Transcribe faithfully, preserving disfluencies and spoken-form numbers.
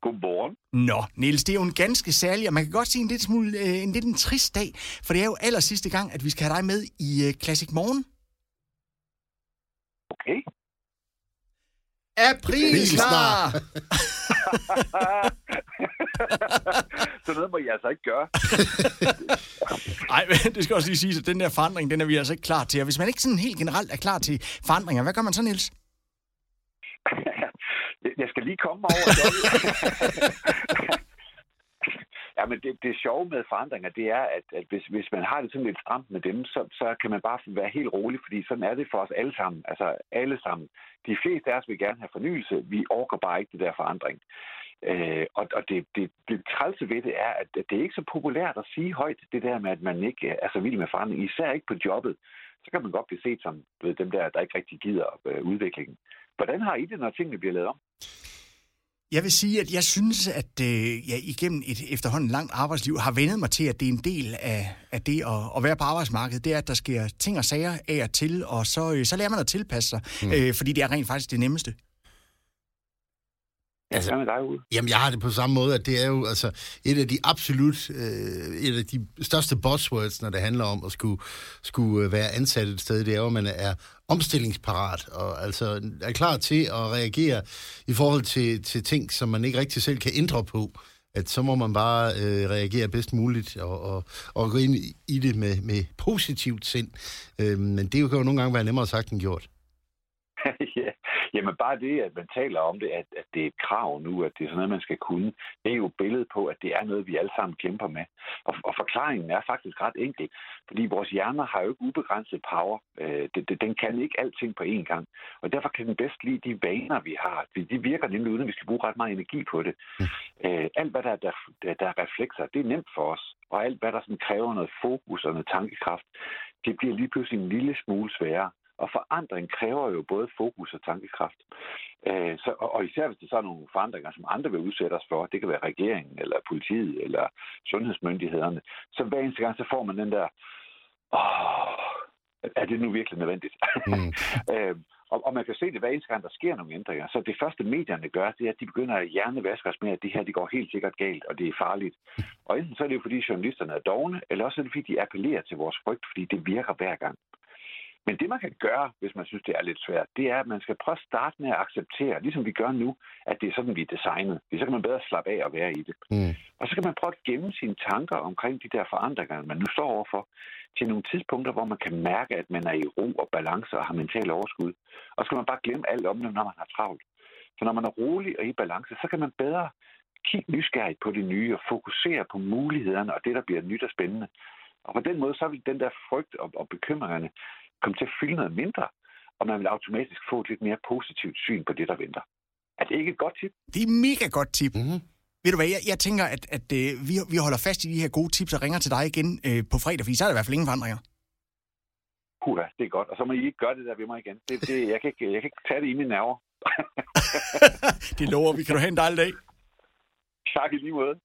Godmorgen. Nå, Niels, det er jo en ganske særlig, og man kan godt sige en lidt smule, øh, en lidt en trist dag, for det er jo aller sidste gang, at vi skal have dig med i øh, Classic Morgen. Okay. Aprilsnar! Så noget må I altså ikke gøre. Nej, men det skal også lige sige, at den der forandring, den er vi altså ikke klar til. Og hvis man ikke sådan helt generelt er klar til forandringer, hvad gør man så, Niels? Jeg skal lige komme over det. Ja, men det, det sjove med forandringer, det er, at, at hvis, hvis man har det sådan lidt stramt med dem, så, så kan man bare være helt rolig, fordi sådan er det for os alle sammen. Altså alle sammen. De fleste af os vil gerne have fornyelse. Vi orker bare ikke det der forandring. Øh, og og det, det, det trælse ved det er, at det er ikke så populært at sige højt, det der med, at man ikke er så vild med forandring. Især ikke på jobbet. Så kan man godt blive set som dem der, der ikke rigtig gider øh, udviklingen. Hvordan har I det, når tingene bliver lavet om? Jeg vil sige, at jeg synes, at øh, jeg igennem et efterhånden langt arbejdsliv har vendet mig til, at det er en del af, af det at, at være på arbejdsmarkedet. Det er, at der sker ting og sager af og til, og så, øh, så lærer man at tilpasse sig, mm. øh, fordi det er rent faktisk det nemmeste. Altså, jamen, jeg har det på samme måde, at det er jo altså et af de absolut, øh, et af de største buzzwords, når det handler om at skulle, skulle være ansat et sted, det er jo, at man er omstillingsparat, og altså er klar til at reagere i forhold til, til ting, som man ikke rigtig selv kan ændre på. At så må man bare øh, reagere bedst muligt og, og, og gå ind i det med, med positivt sind. Øh, men det kan jo nogle gange være nemmere sagt end gjort. Ja. Jamen bare det, at man taler om det, at, at det er et krav nu, at det er sådan noget, man skal kunne, det er jo et billede på, at det er noget, vi alle sammen kæmper med. Og, og forklaringen er faktisk ret enkel, fordi vores hjerner har jo ikke ubegrænset power. Øh, det, det, den kan ikke alting på én gang. Og derfor kan den bedst lide de vaner, vi har. De virker nemlig uden, at vi skal bruge ret meget energi på det. Øh, alt, hvad der, der, der er reflekser, det er nemt for os. Og alt, hvad der sådan kræver noget fokus og noget tankekraft, det bliver lige pludselig en lille smule sværere. Og forandring kræver jo både fokus og tankekraft. Øh, så, og især hvis det så er nogle forandringer, som andre vil udsætte os for, det kan være regeringen, eller politiet, eller sundhedsmyndighederne, så hver eneste gang, så får man den der, åh, er det nu virkelig nødvendigt? Mm. øh, og, og man kan se det hver eneste gang, der sker nogle ændringer. Så det første medierne gør, det er, at de begynder at hjernevaske os med, at det her det går helt sikkert galt, og det er farligt. Og enten så er det jo, fordi journalisterne er dovne, eller også er det, fordi de appellerer til vores frygt, fordi det virker hver gang. Men det, man kan gøre, hvis man synes, det er lidt svært, det er, at man skal prøve at starte med at acceptere, ligesom vi gør nu, at det er sådan, vi er designet. Så kan man bedre slappe af og være i det. Mm. Og så kan man prøve at gemme sine tanker omkring de der forandringer, man nu står overfor, til nogle tidspunkter, hvor man kan mærke, at man er i ro og balance og har mental overskud. Og så kan man bare glemme alt om det, når man har travlt. Så når man er rolig og i balance, så kan man bedre kigge nysgerrigt på det nye og fokusere på mulighederne og det, der bliver nyt og spændende. Og på den måde, så vil den der frygt og, og bekymringerne komme til at fylde noget mindre, og man vil automatisk få et lidt mere positivt syn på det, der venter. Er det ikke et godt tip? Det er et mega godt tip. Mm-hmm. Ved du hvad, jeg, jeg tænker, at, at uh, vi, vi holder fast i de her gode tips og ringer til dig igen uh, på fredag, fordi så er der i hvert fald ingen forandringer. Puha, det er godt. Og så må I ikke gøre det der ved mig igen. Det, det, jeg, kan ikke, jeg kan ikke tage det i mine nerver. Det lover vi. Kan du have en dejlig dag? Tak i lige måde.